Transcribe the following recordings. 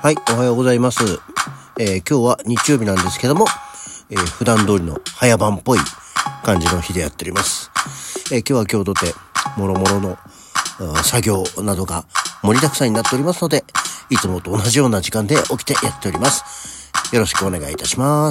はい、おはようございます。今日は日曜日なんですけども、普段通りの早番っぽい感じの日でやっております。今日は今日とて、もろもろの作業などが盛りだくさんになっておりますので、いつもと同じような時間で起きてやっております。よろしくお願いいたします。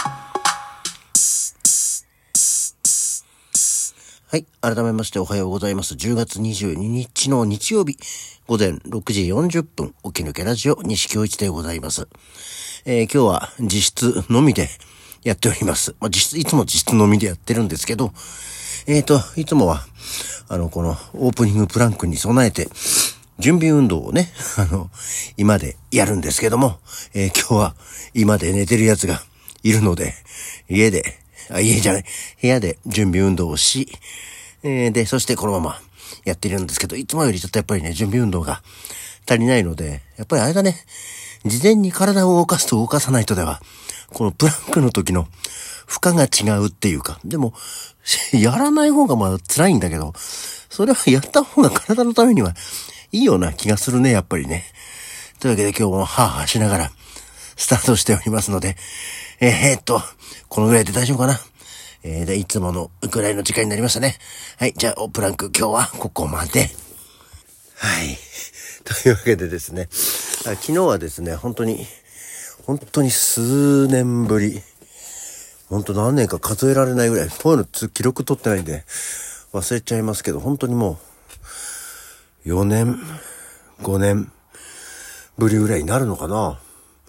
はい。改めましておはようございます。10月22日の日曜日、午前6時40分、起き抜けラジオ、西京一でございます。今日は実質のみでやっております。いつも実質のみでやってるんですけど、いつもは、このオープニングプランクに備えて、準備運動をね、今でやるんですけども、今日は今で寝てるやつがいるので、部屋で準備運動をし、で、そしてこのままやっているんですけど、いつもよりちょっとやっぱりね、準備運動が足りないので、やっぱりあれだね、事前に体を動かすと動かさないとでは、このプランクの時の負荷が違うっていうか、でも、やらない方が辛いんだけど、それはやった方が体のためにはいいような気がするね、やっぱりね。というわけで今日もハーハーしながらスタートしておりますので、このぐらいで大丈夫かな。で、いつものぐらいの時間になりましたね。はい、じゃあ、プランク今日はここまで。はい。というわけでですね、昨日はですね、本当に数年ぶり、本当何年か数えられないぐらい、こういうの記録取ってないんで忘れちゃいますけど、本当にもう4年、5年ぶりぐらいになるのかな。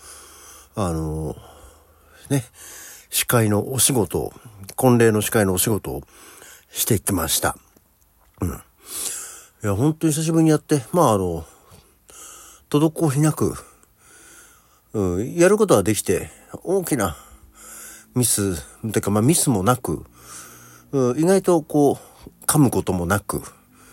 司会のお仕事を、婚礼の司会のお仕事をしてきました。いや、本当に久しぶりにやって、滞りなく、やることはできて、大きなミスもなく、意外と噛むこともなく、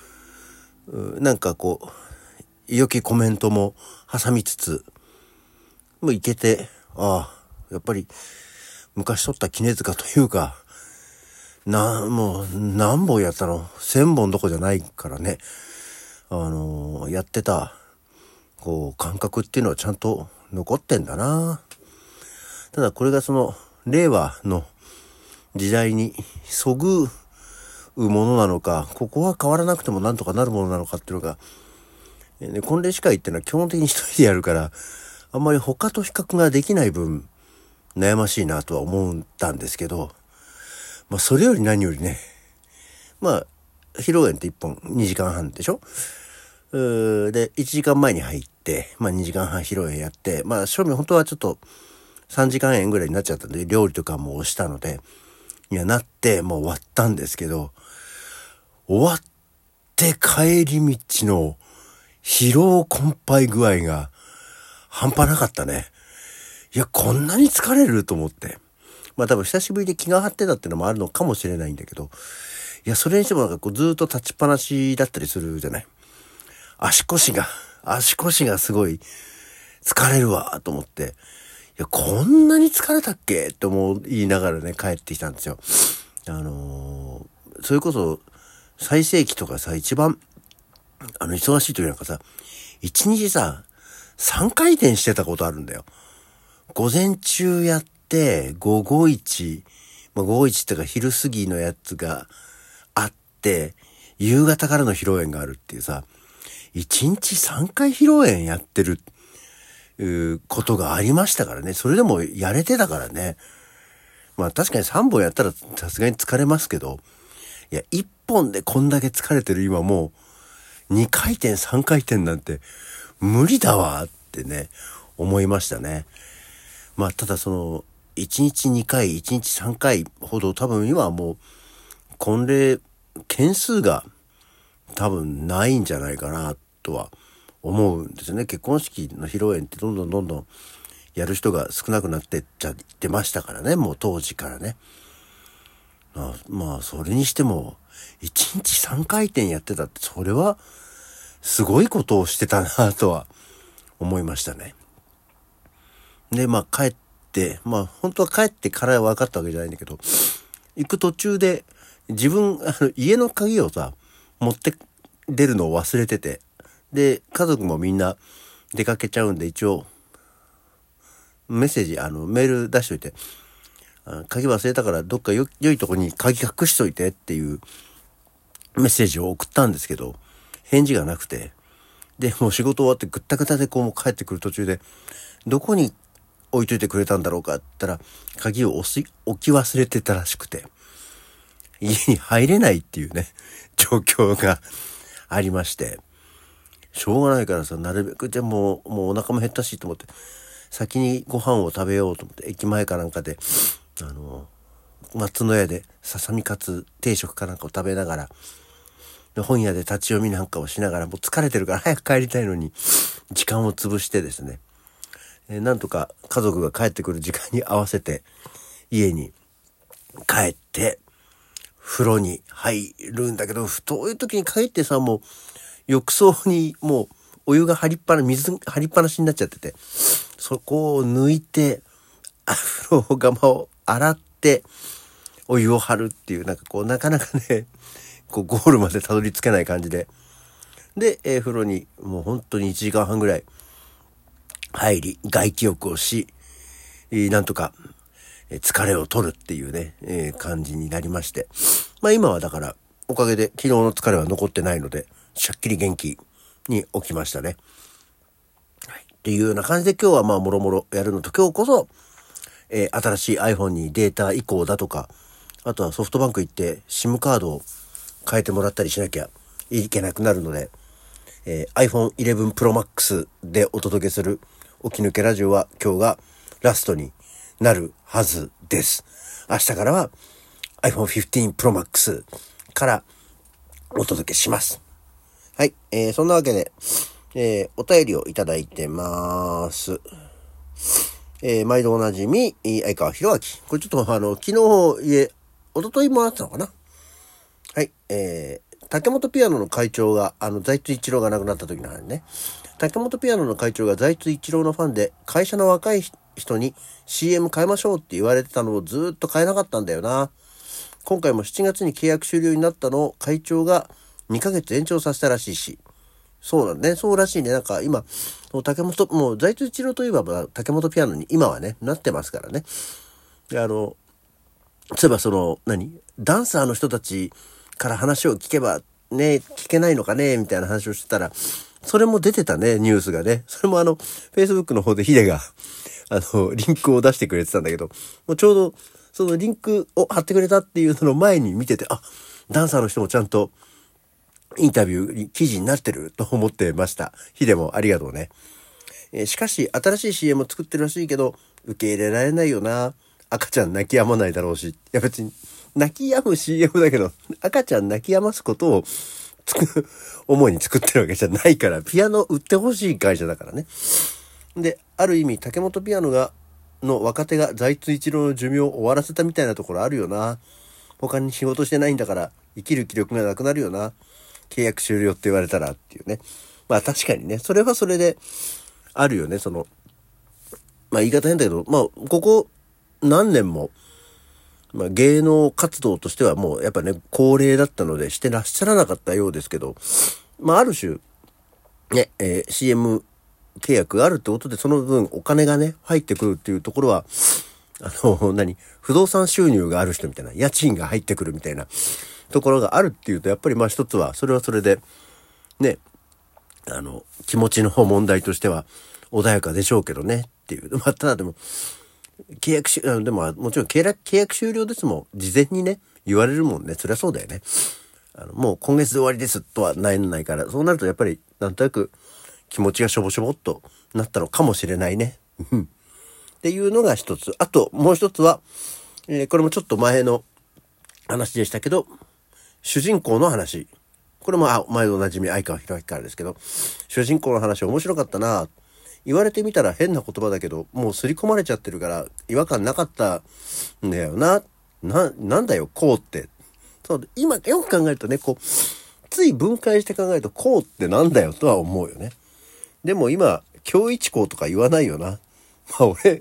良きコメントも挟みつつ、もういけて、やっぱり、昔撮った杵塚というか、もう何本やったの ?1000 本どこじゃないからね。やってた、感覚っていうのはちゃんと残ってんだな。ただこれが令和の時代にそぐうものなのか、ここは変わらなくてもなんとかなるものなのかっていうのが、婚礼司会っていうのは基本的に一人でやるから、あんまり他と比較ができない分、悩ましいなとは思ったんですけど、それより何よりね、披露宴って1本2時間半でしょ。で、1時間前に入って、2時間半披露宴やって、正味本当はちょっと3時間円ぐらいになっちゃったんで、料理とかも押したので、なって、もう終わったんですけど、終わって帰り道の疲労困憊具合が半端なかったね。いや、こんなに疲れると思って。多分久しぶりで気が張ってたってのもあるのかもしれないんだけど、いや、それにしてもずっと立ちっぱなしだったりするじゃない。足腰がすごい疲れるわと思って、いや、こんなに疲れたっけって言いながらね、帰ってきたんですよ。それこそ、最盛期とかさ、一番、忙しい時なんかさ、1日さ、3回転してたことあるんだよ。午前中やって、午後一っていうか昼過ぎのやつがあって、夕方からの披露宴があるっていうさ、1日3回披露宴やってる、ことがありましたからね。それでもやれてたからね。確かに3本やったらさすがに疲れますけど、いや、1本でこんだけ疲れてる今もう、2回転3回転なんて無理だわってね、思いましたね。ただ1日2回、1日3回ほど多分今はもう、婚礼件数が多分ないんじゃないかなとは思うんですよね。結婚式の披露宴ってどんどんやる人が少なくなってっちゃってましたからね、もう当時からね。それにしても、1日3回転やってたって、それはすごいことをしてたなとは思いましたね。で、帰って、本当は帰ってから分かったわけじゃないんだけど、行く途中で自分、家の鍵をさ、持って出るのを忘れてて、で、家族もみんな出かけちゃうんで、一応メッセージ、メール出しといて、鍵忘れたからどっか良いとこに鍵隠しといてっていうメッセージを送ったんですけど、返事がなくて、で、もう仕事終わってぐったぐたでこうもう帰ってくる途中で、どこに置いといてくれたんだろうかって言ったら、鍵を置き忘れてたらしくて、家に入れないっていうね、状況がありまして、しょうがないからさ、なるべくじゃもうお腹も減ったしと思って、先にご飯を食べようと思って、駅前かなんかで、松の屋でささみカツ定食かなんかを食べながら、本屋で立ち読みなんかをしながら、もう疲れてるから早く帰りたいのに、時間を潰してですね、なんとか家族が帰ってくる時間に合わせて、家に帰って、風呂に入るんだけど、そういう時に限ってさ、もう、浴槽にもう、お湯が水張りっぱなしになっちゃってて、そこを抜いて、風呂釜を洗って、お湯を張るっていう、なんかこう、なかなかね、こう、ゴールまでたどり着けない感じで。で、風呂にもう本当に1時間半ぐらい入り、外気浴をし、なんとか、疲れを取るっていうね、感じになりまして。まあ今はだから、おかげで昨日の疲れは残ってないので、しゃっきり元気に起きましたね。はい。っていうような感じで今日はまあもろもろやるのと、今日こそ、新しい iPhone にデータ移行だとか、あとはソフトバンク行って SIM カードを変えてもらったりしなきゃいけなくなるので、iPhone 11 Pro Max でお届けする起き抜けラジオは今日がラストになるはずです。明日からは iPhone 15 Pro Max からお届けします。はい、そんなわけで、お便りをいただいてます。毎度おなじみ、相川博明。これちょっと昨日、一昨日もあったのかな。はい、竹本ピアノの会長が、財津一郎が亡くなった時の話ね。竹本ピアノの会長が財津一郎のファンで、会社の若い人に CM 変えましょうって言われてたのをずっと変えなかったんだよな。今回も7月に契約終了になったのを会長が2ヶ月延長させたらしいし。そうなんね。そうらしいね。なんか今、もう財津一郎といえば竹本ピアノに今はね、なってますからね。で、そういえばダンサーの人たちから話を聞けばね、聞けないのかね、みたいな話をしてたら、それも出てたね、ニュースがね。それもFacebook の方でヒデが、リンクを出してくれてたんだけど、もうちょうど、そのリンクを貼ってくれたっていうのの前に見てて、ダンサーの人もちゃんと、インタビュー記事になってると思ってました。ヒデもありがとうね。しかし、新しい CM を作ってるらしいけど、受け入れられないよな。赤ちゃん泣き止まないだろうし。いや別に、泣き止む CM だけど、赤ちゃん泣き止ますことを主に作ってるわけじゃないから、ピアノ売ってほしい会社だからね。で、ある意味、竹本ピアノの若手が財津一郎の寿命を終わらせたみたいなところあるよな。他に仕事してないんだから、生きる気力がなくなるよな。契約終了って言われたらっていうね。まあ確かにね、それはそれであるよね。まあ言い方変だけど、まあここ何年も、まあ芸能活動としてはもうやっぱね、高齢だったのでしてらっしゃらなかったようですけど、まあある種、ね、CM 契約があるってことでその分お金がね、入ってくるっていうところは、不動産収入がある人みたいな、家賃が入ってくるみたいなところがあるっていうと、やっぱりまあ一つは、それはそれで、ね、気持ちの問題としては穏やかでしょうけどねっていう。まあ、ただでも、でももちろん契約終了ですもん、事前にね、言われるもんね。そりゃそうだよね。もう今月で終わりですとはないから、そうなるとやっぱり、なんとなく気持ちがしょぼしょぼっとなったのかもしれないね。っていうのが一つ。あと、もう一つは、これもちょっと前の話でしたけど、主人公の話。これも、前とおなじみ相川博明からですけど、主人公の話面白かったな。言われてみたら変な言葉だけど、もう刷り込まれちゃってるから違和感なかったんだよな。なんだよ、こうって。そう、今よく考えるとね、つい分解して考えると、こうってなんだよとは思うよね。でも今、今日一こうとか言わないよな。まあ俺、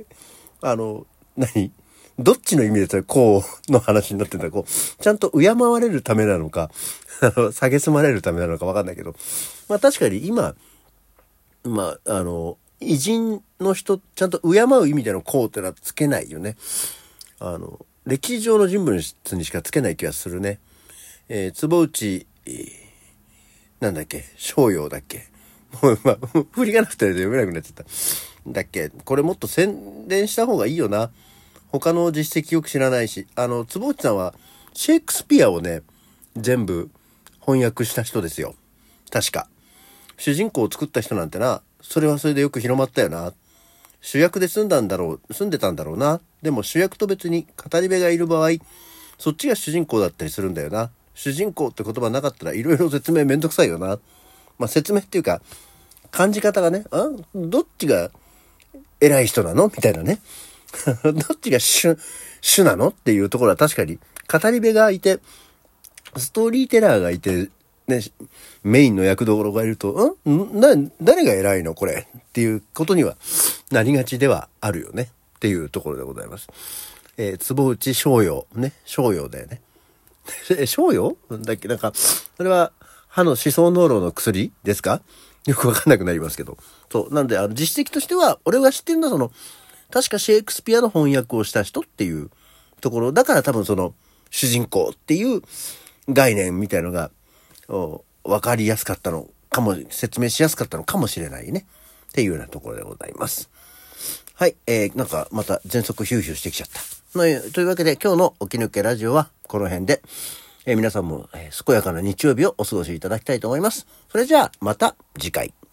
どっちの意味でそれこうの話になってんだ。ちゃんと敬われるためなのか、蔑まれるためなのかわかんないけど。まあ確かに今、まあ、 偉人の人、ちゃんと敬う意味での功ってのはつけないよね。歴史上の人物にしかつけない気がするね。坪内、なんだっけ、逍遙だっけ。もう、振りがなくて読めなくなっちゃった。だっけ、これもっと宣伝した方がいいよな。他の実績よく知らないし、坪内さんはシェイクスピアをね、全部翻訳した人ですよ。確か。主人公を作った人なんてな、それはそれでよく広まったよな。主役で住んでたんだろうな。でも主役と別に語り部がいる場合、そっちが主人公だったりするんだよな。主人公って言葉なかったらいろいろ説明めんどくさいよな。説明っていうか、感じ方がね、どっちが偉い人なのみたいなね。どっちが主なのっていうところは確かに、語り部がいて、ストーリーテラーがいて、ね、メインの役どころがいると、誰が偉いのこれっていうことにはなりがちではあるよねっていうところでございます。坪内逍遙ね、逍遙だよね。逍遥だっけ、なんかそれは歯の歯槽膿漏の薬ですか？よくわかんなくなりますけど。そうなんで実績としては俺が知ってるのは確かシェイクスピアの翻訳をした人っていうところだから多分主人公っていう概念みたいのがわかりやすかったのかも、説明しやすかったのかもしれないね。っていうようなところでございます。はい、なんかまた全速ヒューヒューしてきちゃった。というわけで今日の起き抜けラジオはこの辺で、皆さんも、健やかな日曜日をお過ごしいただきたいと思います。それじゃあまた次回。